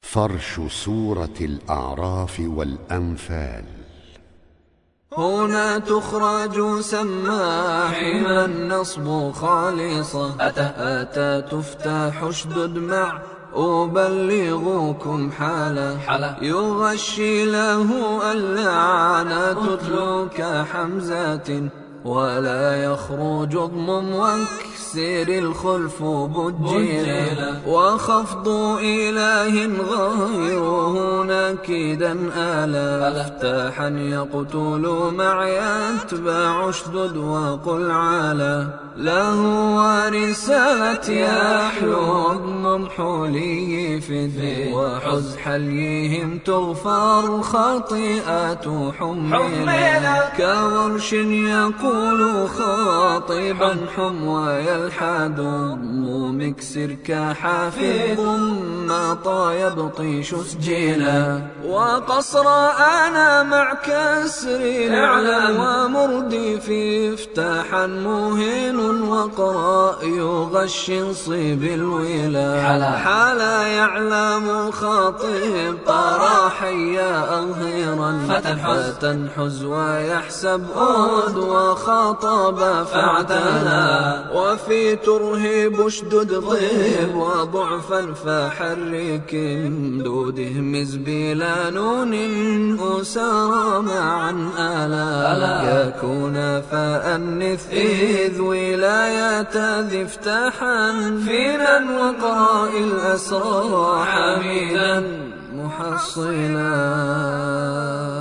فرش سورة الأعراف والأنفال. هنا تخرج سماحين النصب خالصة، أتى تفتح اشدد مع أبلغكم حالة يغشي له اللعنة تتلو كحمزة، ولا يخرج اضمم واكسر الخلف بجيلا، وخفض إله غيره نكدا آلا، افتاحا يقتل مع يتبع اشدد وقل عالا، له ورسالة يحلو اضمم حلي فد، وحز حليهم تغفر خطيئات حملا، كورش يقول خاطبا حم ويلحد مكسر كحافظ ما طايب سجيلا، وقصر أنا مع كسر الإعلام ومردي في افتاحا مهين، وقراء يغشي صيب الولا، حالا يعلم خاطب طرى حيا أظهرا فتنحز ويحسب أود وخاطب فاعتلا، وفي ترهب اشدد ضيب وضعفا فحرك دود اهمز بلا نون أسار معا آلا، يكون فأنث إذ ولاية ذي افتاحا فينا وقراء الأسرى حميدا محصلا.